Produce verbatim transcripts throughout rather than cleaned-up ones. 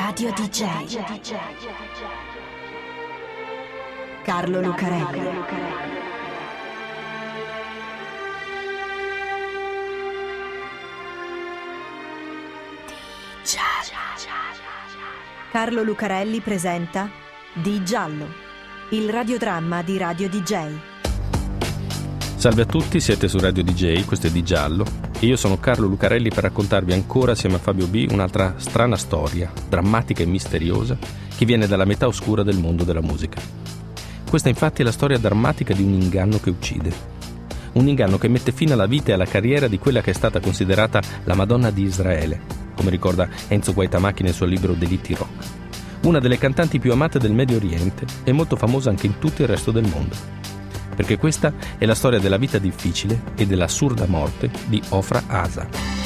Radio D J Carlo Lucarelli. Carlo Lucarelli presenta Di Giallo, il radiodramma di Radio D J. Salve a tutti, siete su Radio D J, questo è Di Giallo e io sono Carlo Lucarelli per raccontarvi ancora assieme a Fabio B un'altra strana storia, drammatica e misteriosa, che viene dalla metà oscura del mondo della musica. Questa infatti è la storia drammatica di un inganno che uccide. Un inganno che mette fine alla vita e alla carriera di quella che è stata considerata la Madonna di Israele, come ricorda Enzo Guaitamacchi nel suo libro Delitti Rock. Una delle cantanti più amate del Medio Oriente e molto famosa anche in tutto il resto del mondo. Perché questa è la storia della vita difficile e dell'assurda morte di Ofra Hasa.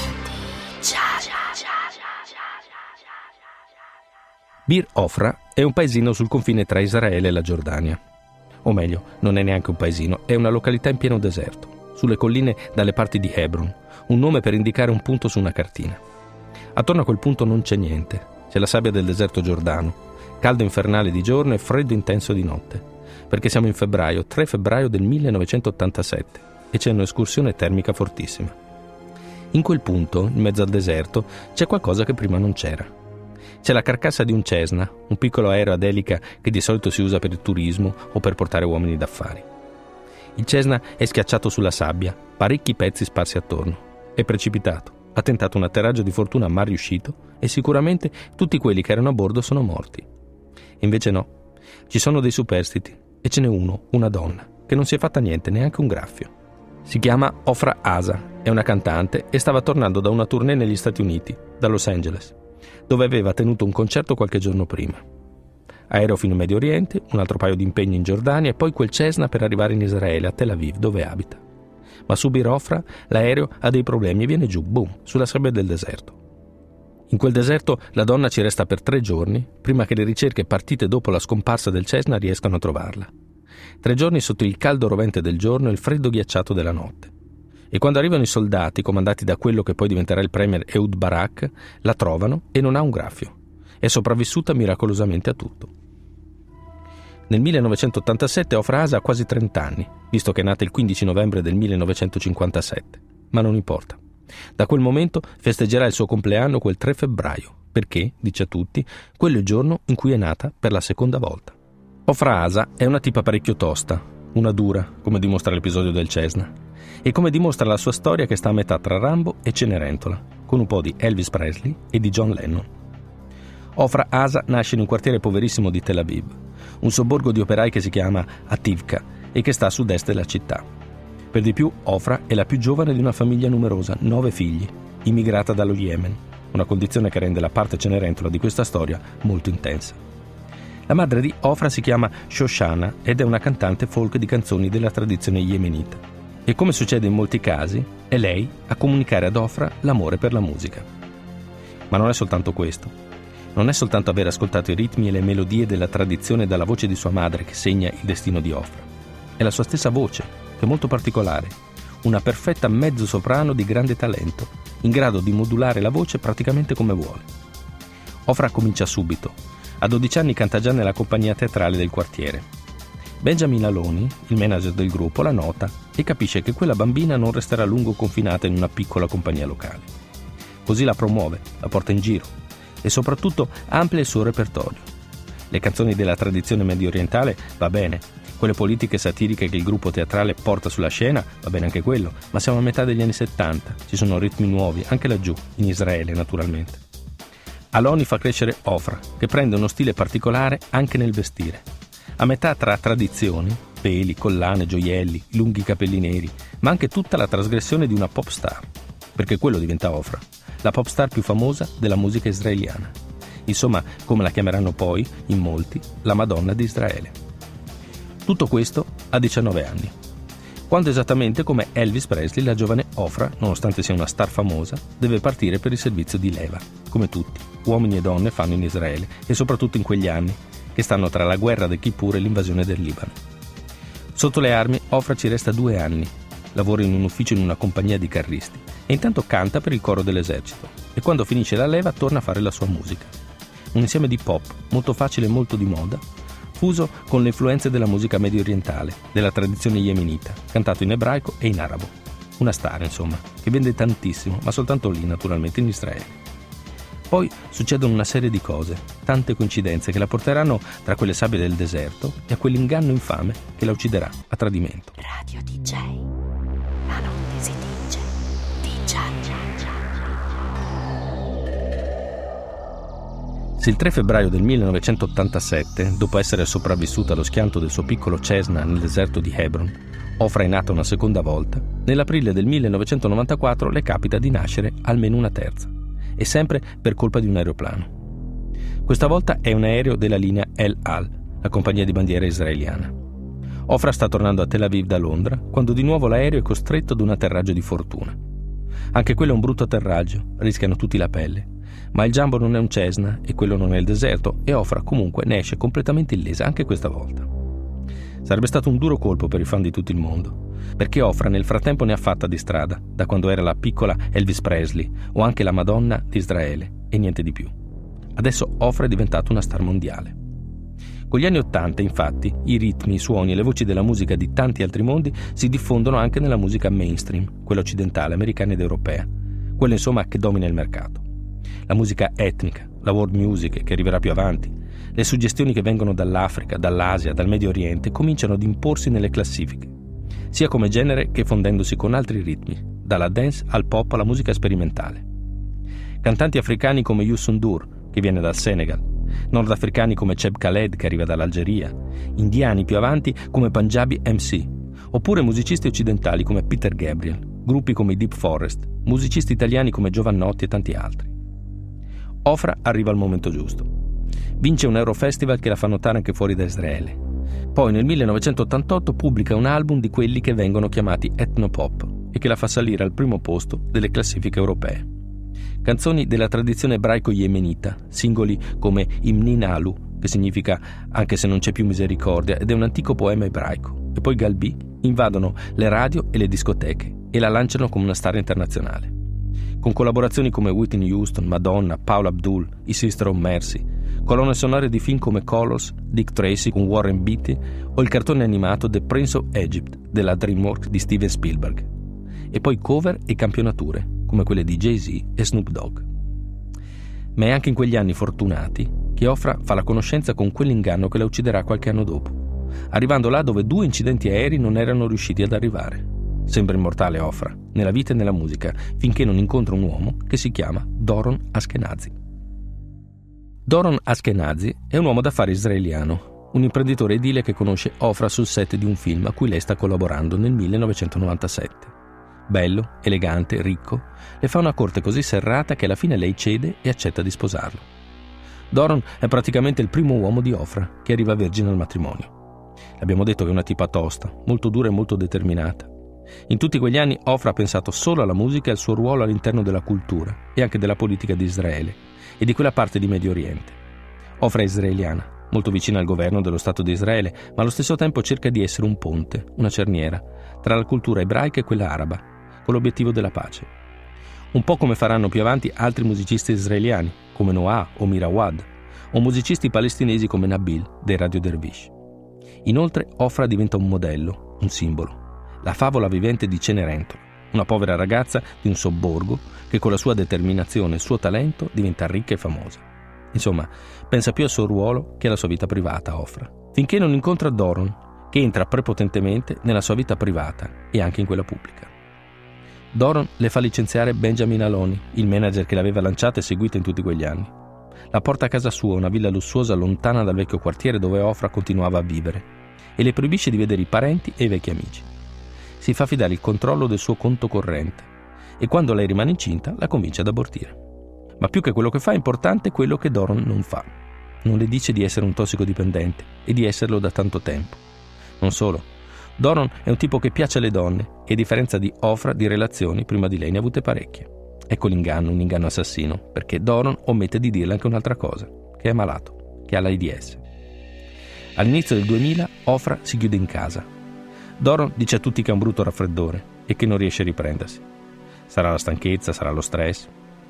Bir Ofra è un paesino sul confine tra Israele e la Giordania. O meglio, non è neanche un paesino, è una località in pieno deserto, sulle colline dalle parti di Hebron, un nome per indicare un punto su una cartina. Attorno a quel punto non c'è niente, c'è la sabbia del deserto giordano, caldo infernale di giorno e freddo intenso di notte. Perché siamo in febbraio, tre febbraio del millenovecentottantasette, e c'è un'escursione termica fortissima. In quel punto, in mezzo al deserto, c'è qualcosa che prima non c'era. C'è la carcassa di un Cessna, un piccolo aereo ad elica che di solito si usa per il turismo o per portare uomini d'affari. Il Cessna è schiacciato sulla sabbia, parecchi pezzi sparsi attorno. È precipitato, ha tentato un atterraggio di fortuna ma riuscito e sicuramente tutti quelli che erano a bordo sono morti. Invece no, ci sono dei superstiti. E ce n'è uno, una donna, che non si è fatta niente, neanche un graffio. Si chiama Ofra Hasa, è una cantante e stava tornando da una tournée negli Stati Uniti, da Los Angeles, dove aveva tenuto un concerto qualche giorno prima. Aereo fino in Medio Oriente, un altro paio di impegni in Giordania e poi quel Cessna per arrivare in Israele, a Tel Aviv, dove abita. Ma su Bir Ofra l'aereo ha dei problemi e viene giù, boom, sulla sabbia del deserto. In quel deserto la donna ci resta per tre giorni, prima che le ricerche partite dopo la scomparsa del Cessna riescano a trovarla. Tre giorni sotto il caldo rovente del giorno e il freddo ghiacciato della notte. E quando arrivano i soldati, comandati da quello che poi diventerà il premier Ehud Barak, la trovano e non ha un graffio. È sopravvissuta miracolosamente a tutto. Nel millenovecentottantasette Ofra Hasa ha quasi trenta anni, visto che è nata il quindici novembre del millenovecentocinquantasette. Ma non importa. Da quel momento festeggerà il suo compleanno quel tre febbraio, perché, dice a tutti, quello è il giorno in cui è nata per la seconda volta. Ofra Hasa è una tipa parecchio tosta, una dura, come dimostra l'episodio del Cessna, e come dimostra la sua storia che sta a metà tra Rambo e Cenerentola, con un po' di Elvis Presley e di John Lennon. Ofra Hasa nasce in un quartiere poverissimo di Tel Aviv, un sobborgo di operai che si chiama Ativka e che sta a sud-est della città. Per di più, Ofra è la più giovane di una famiglia numerosa, nove figli, immigrata dallo Yemen, una condizione che rende la parte Cenerentola di questa storia molto intensa. La madre di Ofra si chiama Shoshana ed è una cantante folk di canzoni della tradizione yemenita. E come succede in molti casi, è lei a comunicare ad Ofra l'amore per la musica. Ma non è soltanto questo. Non è soltanto aver ascoltato i ritmi e le melodie della tradizione dalla voce di sua madre che segna il destino di Ofra. È la sua stessa voce, che è molto particolare, una perfetta mezzosoprano di grande talento, in grado di modulare la voce praticamente come vuole. Ofra comincia subito. A dodici anni canta già nella compagnia teatrale del quartiere. Benjamin Aloni, il manager del gruppo, la nota e capisce che quella bambina non resterà a lungo confinata in una piccola compagnia locale. Così la promuove, la porta in giro e soprattutto amplia il suo repertorio. Le canzoni della tradizione medio orientale va bene, quelle politiche satiriche che il gruppo teatrale porta sulla scena, va bene anche quello, ma siamo a metà degli anni settanta, ci sono ritmi nuovi, anche laggiù, in Israele naturalmente. Aloni fa crescere Ofra, che prende uno stile particolare anche nel vestire. A metà tra tradizioni, peli, collane, gioielli, lunghi capelli neri, ma anche tutta la trasgressione di una pop star, perché quello diventa Ofra, la pop star più famosa della musica israeliana. Insomma, come la chiameranno poi, in molti, la Madonna di Israele. Tutto questo a diciannove anni, quando esattamente come Elvis Presley la giovane Ofra, nonostante sia una star famosa, deve partire per il servizio di leva, come tutti, uomini e donne fanno in Israele e soprattutto in quegli anni, che stanno tra la guerra del Kippur e l'invasione del Libano. Sotto le armi Ofra ci resta due anni, lavora in un ufficio in una compagnia di carristi e intanto canta per il coro dell'esercito e quando finisce la leva torna a fare la sua musica. un insieme di pop molto facile e molto di moda, fuso con le influenze della musica medio orientale, della tradizione yemenita, cantato in ebraico e in arabo. Una star, insomma, che vende tantissimo, ma soltanto lì, naturalmente, in Israele. Poi succedono una serie di cose, tante coincidenze che la porteranno tra quelle sabbie del deserto e a quell'inganno infame che la ucciderà a tradimento. Radio D J. La notte si dice D J. Se il tre febbraio del millenovecentottantasette, dopo essere sopravvissuta allo schianto del suo piccolo Cessna nel deserto di Hebron, Ofra è nata una seconda volta, nell'aprile del millenovecentonovantaquattro le capita di nascere almeno una terza, e sempre per colpa di un aeroplano. Questa volta è un aereo della linea El Al, la compagnia di bandiera israeliana. Ofra sta tornando a Tel Aviv da Londra quando di nuovo l'aereo è costretto ad un atterraggio di fortuna. Anche quello è un brutto atterraggio, rischiano tutti la pelle, ma il Jumbo non è un Cessna e quello non è il deserto e Ofra comunque ne esce completamente illesa anche questa volta. Sarebbe stato un duro colpo per i fan di tutto il mondo, perché Ofra nel frattempo ne ha fatta di strada, da quando era la piccola Elvis Presley o anche la Madonna di Israele, e niente di più. Adesso Ofra è diventata una star mondiale. Con gli anni Ottanta, infatti, i ritmi, i suoni e le voci della musica di tanti altri mondi si diffondono anche nella musica mainstream, quella occidentale, americana ed europea, quella insomma che domina il mercato. La musica etnica, la world music che arriverà più avanti, le suggestioni che vengono dall'Africa, dall'Asia, dal Medio Oriente cominciano ad imporsi nelle classifiche, sia come genere che fondendosi con altri ritmi, dalla dance al pop alla musica sperimentale. Cantanti africani come Youssou N'Dour, che viene dal Senegal, nordafricani come Cheb Khaled, che arriva dall'Algeria, indiani più avanti come Punjabi M C, oppure musicisti occidentali come Peter Gabriel, gruppi come i Deep Forest, musicisti italiani come Giovannotti e tanti altri. Ofra arriva al momento giusto. Vince un Eurofestival che la fa notare anche fuori da Israele. Poi nel millenovecentottantotto pubblica un album di quelli che vengono chiamati etnopop e che la fa salire al primo posto delle classifiche europee. Canzoni della tradizione ebraico-yemenita, singoli come Imnin Alu, che significa anche se non c'è più misericordia, ed è un antico poema ebraico, e poi Galbi invadono le radio e le discoteche e la lanciano come una star internazionale. Con collaborazioni come Whitney Houston, Madonna, Paula Abdul, i Sister of Mercy, colonne sonore di film come Colors, Dick Tracy con Warren Beatty o il cartone animato The Prince of Egypt della DreamWorks di Steven Spielberg, e poi cover e campionature come quelle di Jay-Z e Snoop Dogg. Ma è anche in quegli anni fortunati che Ofra fa la conoscenza con quell'inganno che la ucciderà qualche anno dopo, arrivando là dove due incidenti aerei non erano riusciti ad arrivare. Sembra immortale Ofra, nella vita e nella musica, finché non incontra un uomo che si chiama Doron Ashkenazi. Doron Ashkenazi è un uomo d'affari israeliano, un imprenditore edile che conosce Ofra sul set di un film a cui lei sta collaborando nel millenovecentonovantasette. Bello, elegante, ricco, le fa una corte così serrata che alla fine lei cede e accetta di sposarlo. Doron è praticamente il primo uomo di Ofra che arriva vergine al matrimonio. Abbiamo detto che è una tipa tosta, molto dura e molto determinata. In tutti quegli anni Ofra ha pensato solo alla musica e al suo ruolo all'interno della cultura e anche della politica di Israele e di quella parte di Medio Oriente. Ofra è israeliana, molto vicina al governo dello Stato di Israele, ma allo stesso tempo cerca di essere un ponte, una cerniera, tra la cultura ebraica e quella araba, con l'obiettivo della pace. Un po' come faranno più avanti altri musicisti israeliani, come Noah o Mirawad, o musicisti palestinesi come Nabil dei Radio Dervish. Inoltre Ofra diventa un modello, un simbolo, la favola vivente di Cenerentola, una povera ragazza di un sobborgo che con la sua determinazione e il suo talento diventa ricca e famosa. Insomma, pensa più al suo ruolo che alla sua vita privata, Ofra, finché non incontra Doron, che entra prepotentemente nella sua vita privata e anche in quella pubblica. Doron le fa licenziare Benjamin Aloni, il manager che l'aveva lanciata e seguita in tutti quegli anni. La porta a casa sua, una villa lussuosa lontana dal vecchio quartiere dove Ofra continuava a vivere, e le proibisce di vedere i parenti e i vecchi amici. Si fa affidare il controllo del suo conto corrente e quando lei rimane incinta la convince ad abortire. Ma più che quello che fa è importante quello che Doron non fa. Non le dice di essere un tossicodipendente e di esserlo da tanto tempo. Non solo, Doron è un tipo che piace alle donne e a differenza di Ofra di relazioni prima di lei ne ha avute parecchie. Ecco l'inganno, un inganno assassino, perché Doron omette di dirle anche un'altra cosa, che è malato, che ha l'AIDS. All'inizio del duemila Ofra si chiude in casa. Doron dice a tutti che ha un brutto raffreddore e che non riesce a riprendersi. Sarà la stanchezza, sarà lo stress.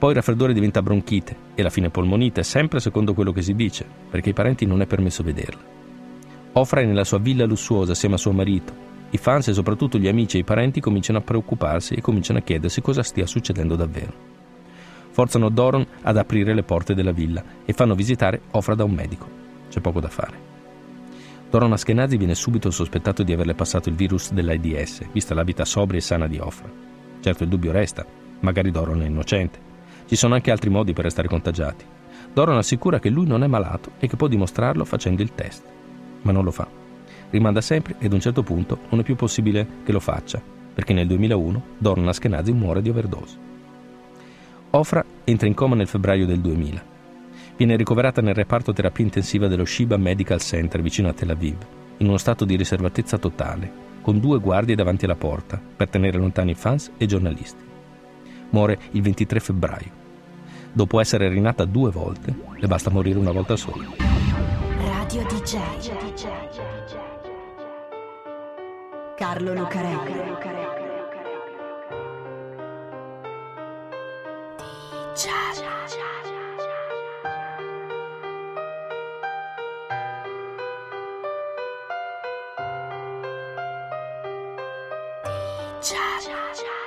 Poi il raffreddore diventa bronchite e alla fine polmonite, sempre secondo quello che si dice, perché ai parenti non è permesso vederla. Ofra è nella sua villa lussuosa assieme a suo marito. I fans e soprattutto gli amici e i parenti cominciano a preoccuparsi e cominciano a chiedersi cosa stia succedendo davvero. Forzano Doron ad aprire le porte della villa e fanno visitare Ofra da un medico. C'è poco da fare. Doron Ashkenazi viene subito sospettato di averle passato il virus dell'AIDS, vista la vita sobria e sana di Ofra. Certo il dubbio resta, magari Doron è innocente. Ci sono anche altri modi per restare contagiati. Doron assicura che lui non è malato e che può dimostrarlo facendo il test. Ma non lo fa. Rimanda sempre e ad un certo punto non è più possibile che lo faccia, perché nel duemilauno Doron Ashkenazi muore di overdose. Ofra entra in coma nel febbraio del duemila. Viene ricoverata nel reparto terapia intensiva dello Sheba Medical Center vicino a Tel Aviv, in uno stato di riservatezza totale, con due guardie davanti alla porta per tenere lontani fans e giornalisti. Muore il ventitré febbraio. Dopo essere rinata due volte, le basta morire una volta sola. Radio D J Carlo Lucarelli. D J